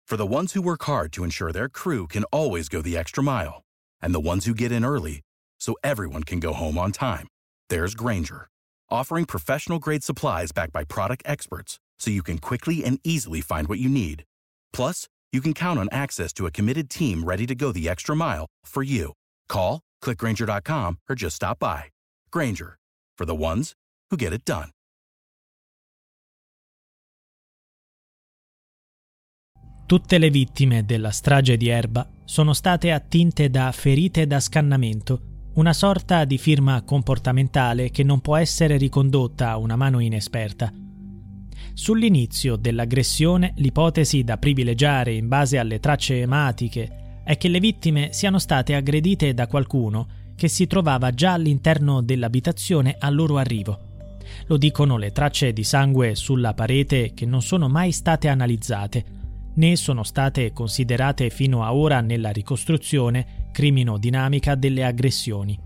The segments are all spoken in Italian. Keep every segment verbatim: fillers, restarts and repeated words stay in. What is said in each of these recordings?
For the ones who work hard to ensure their crew can always go the extra mile, and the ones who get in early so everyone can go home on time, there's Grainger, offering professional-grade supplies backed by product experts so you can quickly and easily find what you need. Plus, you can count on access to a committed team ready to go the extra mile for you. Call, click Grainger dot com, or just stop by. Grainger, for the ones who get it done. Tutte le vittime della strage di Erba sono state attinte da ferite da scannamento, una sorta di firma comportamentale che non può essere ricondotta a una mano inesperta. Sull'inizio dell'aggressione, l'ipotesi da privilegiare in base alle tracce ematiche è che le vittime siano state aggredite da qualcuno che si trovava già all'interno dell'abitazione al loro arrivo. Lo dicono le tracce di sangue sulla parete che non sono mai state analizzate, né sono state considerate fino a ora nella ricostruzione criminodinamica delle aggressioni.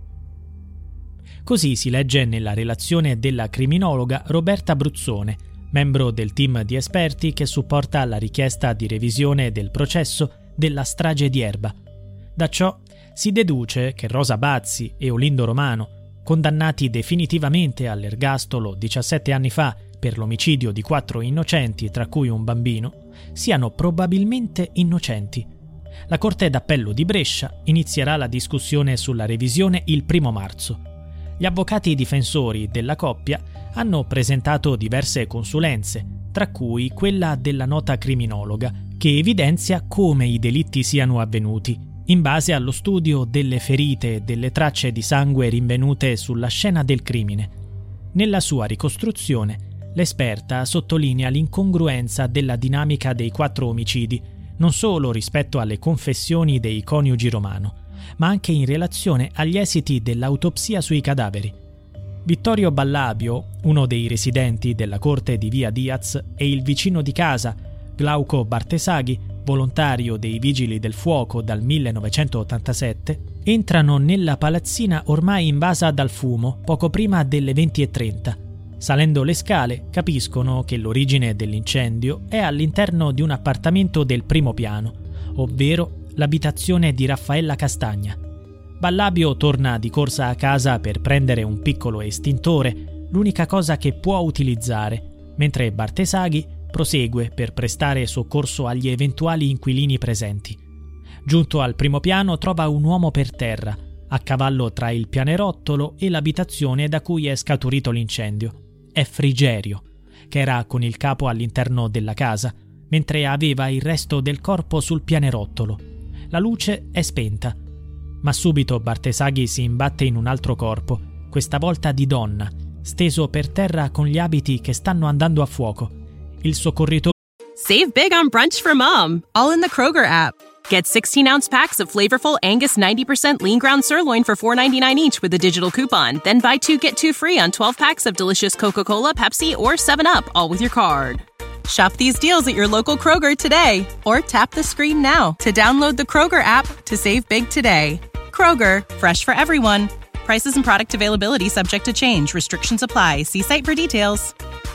Così si legge nella relazione della criminologa Roberta Bruzzone, membro del team di esperti che supporta la richiesta di revisione del processo della strage di Erba. Da ciò si deduce che Rosa Bazzi e Olindo Romano, condannati definitivamente all'ergastolo diciassette anni fa per l'omicidio di quattro innocenti, tra cui un bambino, siano probabilmente innocenti. La Corte d'Appello di Brescia inizierà la discussione sulla revisione il primo marzo. Gli avvocati difensori della coppia hanno presentato diverse consulenze, tra cui quella della nota criminologa, che evidenzia come i delitti siano avvenuti, in base allo studio delle ferite e delle tracce di sangue rinvenute sulla scena del crimine. Nella sua ricostruzione, l'esperta sottolinea l'incongruenza della dinamica dei quattro omicidi, non solo rispetto alle confessioni dei coniugi Romano, ma anche in relazione agli esiti dell'autopsia sui cadaveri. Vittorio Ballabio, uno dei residenti della corte di Via Diaz, e il vicino di casa, Glauco Bartesaghi, volontario dei Vigili del Fuoco dal millenovecentottantasette, entrano nella palazzina ormai invasa dal fumo poco prima delle venti e trenta. Salendo le scale, capiscono che l'origine dell'incendio è all'interno di un appartamento del primo piano, ovvero l'abitazione di Raffaella Castagna. Ballabio torna di corsa a casa per prendere un piccolo estintore, l'unica cosa che può utilizzare, mentre Bartesaghi prosegue per prestare soccorso agli eventuali inquilini presenti. Giunto al primo piano trova un uomo per terra, a cavallo tra il pianerottolo e l'abitazione da cui è scaturito l'incendio. È Frigerio, che era con il capo all'interno della casa, mentre aveva il resto del corpo sul pianerottolo. La luce è spenta, ma subito Bartesaghi si imbatte in un altro corpo, questa volta di donna, steso per terra con gli abiti che stanno andando a fuoco. Il soccorritore Save big on brunch for mom, all in the Kroger app. Get sixteen-ounce packs of flavorful Angus ninety percent lean ground sirloin for four ninety-nine each with a digital coupon. Then buy two, get two free on twelve packs of delicious Coca-Cola, Pepsi, or seven up, all with your card. Shop these deals at your local Kroger today, or tap the screen now to download the Kroger app to save big today. Kroger, fresh for everyone. Prices and product availability subject to change. Restrictions apply. See site for details.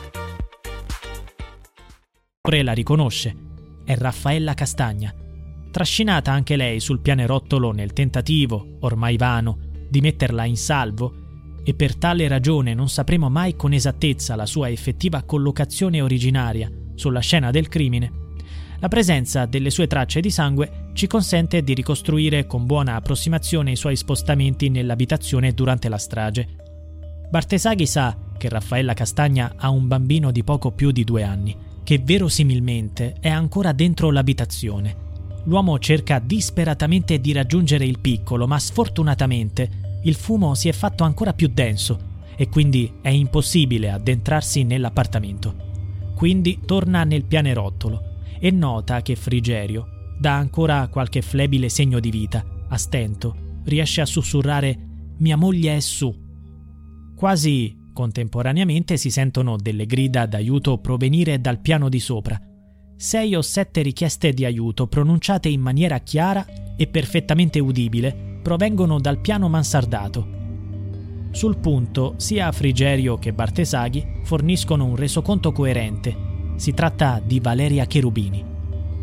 La riconosce. È Raffaella Castagna. Trascinata anche lei sul pianerottolo nel tentativo, ormai vano, di metterla in salvo, e per tale ragione non sapremo mai con esattezza la sua effettiva collocazione originaria sulla scena del crimine, la presenza delle sue tracce di sangue ci consente di ricostruire con buona approssimazione i suoi spostamenti nell'abitazione durante la strage. Bartesaghi sa che Raffaella Castagna ha un bambino di poco più di due anni, che verosimilmente è ancora dentro l'abitazione. L'uomo cerca disperatamente di raggiungere il piccolo, ma sfortunatamente il fumo si è fatto ancora più denso e quindi è impossibile addentrarsi nell'appartamento. Quindi torna nel pianerottolo e nota che Frigerio dà ancora qualche flebile segno di vita. A stento riesce a sussurrare «Mia moglie è su». Quasi contemporaneamente si sentono delle grida d'aiuto provenire dal piano di sopra. Sei o sette richieste di aiuto pronunciate in maniera chiara e perfettamente udibile provengono dal piano mansardato. Sul punto, sia Frigerio che Bartesaghi forniscono un resoconto coerente. Si tratta di Valeria Cherubini.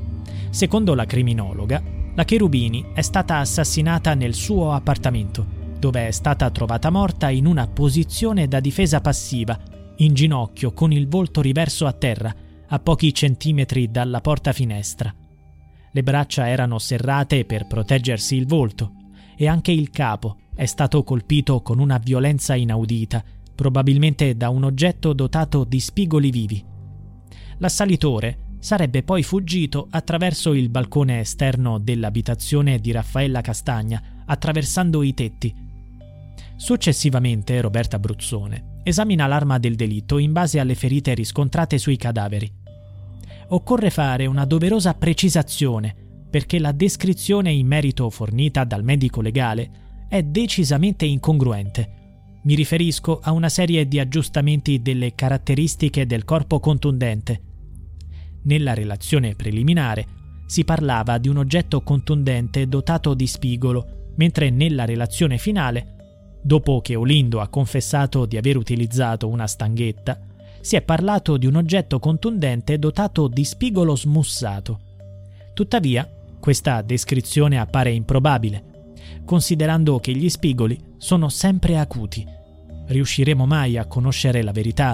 Secondo la criminologa, la Cherubini è stata assassinata nel suo appartamento, dove è stata trovata morta in una posizione da difesa passiva, in ginocchio con il volto riverso a terra, a pochi centimetri dalla porta-finestra. Le braccia erano serrate per proteggersi il volto e anche il capo è stato colpito con una violenza inaudita, probabilmente da un oggetto dotato di spigoli vivi. L'assalitore sarebbe poi fuggito attraverso il balcone esterno dell'abitazione di Raffaella Castagna, attraversando i tetti. Successivamente Roberta Bruzzone esamina l'arma del delitto in base alle ferite riscontrate sui cadaveri. Occorre fare una doverosa precisazione, perché la descrizione in merito fornita dal medico legale è decisamente incongruente. Mi riferisco a una serie di aggiustamenti delle caratteristiche del corpo contundente. Nella relazione preliminare si parlava di un oggetto contundente dotato di spigolo, mentre nella relazione finale, dopo che Olindo ha confessato di aver utilizzato una stanghetta, si è parlato di un oggetto contundente dotato di spigolo smussato. Tuttavia, questa descrizione appare improbabile, considerando che gli spigoli sono sempre acuti. Riusciremo mai a conoscere la verità?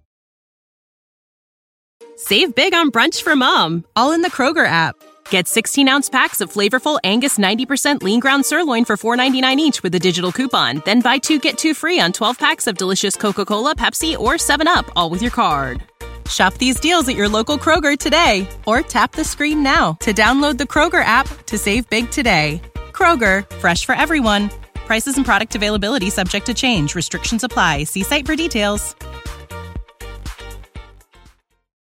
Save big on brunch for mom, all in the Kroger app. Get sixteen-ounce packs of flavorful Angus ninety percent lean ground sirloin for four ninety-nine each with a digital coupon. Then buy two, get two free on twelve packs of delicious Coca-Cola, Pepsi, or seven up, all with your card. Shop these deals at your local Kroger today, or tap the screen now to download the Kroger app to save big today. Kroger, fresh for everyone. Prices and product availability subject to change. Restrictions apply. See site for details.